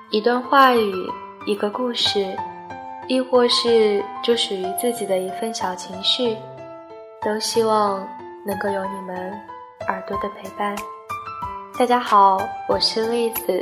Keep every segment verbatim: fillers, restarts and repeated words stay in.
一段话语，一个故事，亦或是就属于自己的一份小情绪，都希望能够有你们耳朵的陪伴。大家好，我是栗子。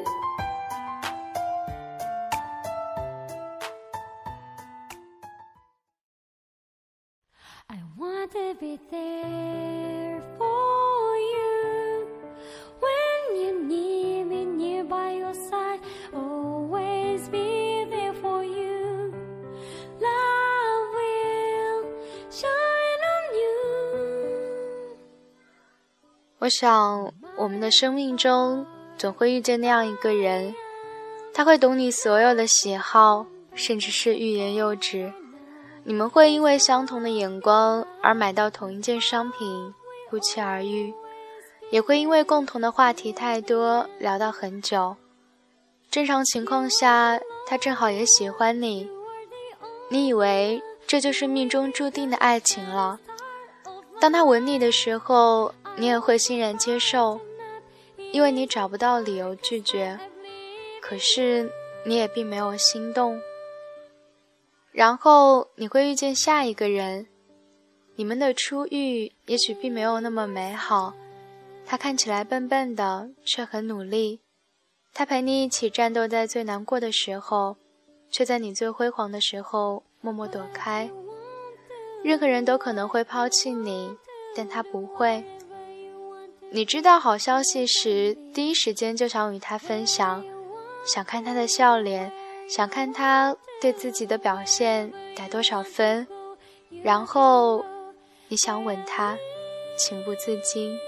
I want to be there for you when you need me, near by your side, always be there for you. Love will shine on you. 我想我们的生命中总会遇见那样一个人，他会懂你所有的喜好，甚至是欲言又止。你们会因为相同的眼光而买到同一件商品，不期而遇，也会因为共同的话题太多，聊到很久。正常情况下，他正好也喜欢你，你以为这就是命中注定的爱情了。当他吻你的时候，你也会欣然接受，因为你找不到理由拒绝，可是你也并没有心动。然后你会遇见下一个人，你们的初遇也许并没有那么美好，他看起来笨笨的，却很努力，他陪你一起战斗在最难过的时候，却在你最辉煌的时候默默躲开。任何人都可能会抛弃你，但他不会。你知道好消息时，第一时间就想与他分享，想看他的笑脸，想看他对自己的表现打多少分，然后你想吻他，情不自禁。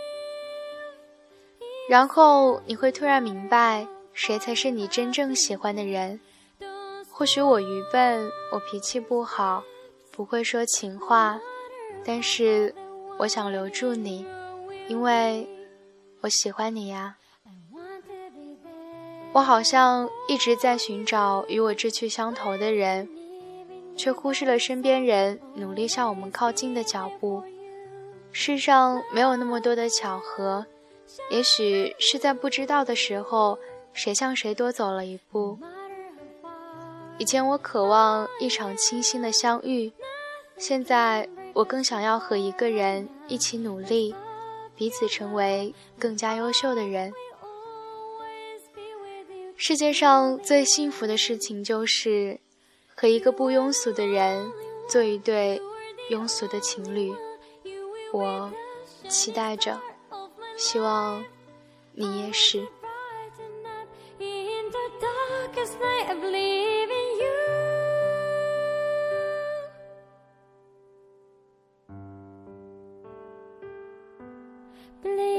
然后你会突然明白，谁才是你真正喜欢的人。或许我愚笨，我脾气不好，不会说情话，但是我想留住你，因为我喜欢你呀。我好像一直在寻找与我志趣相投的人，却忽视了身边人努力向我们靠近的脚步。世上没有那么多的巧合，也许是在不知道的时候，谁向谁多走了一步。以前我渴望一场清新的相遇，现在我更想要和一个人一起努力，彼此成为更加优秀的人。世界上最幸福的事情就是和一个不庸俗的人做一对庸俗的情侣。我期待着，希望你也是。 Believe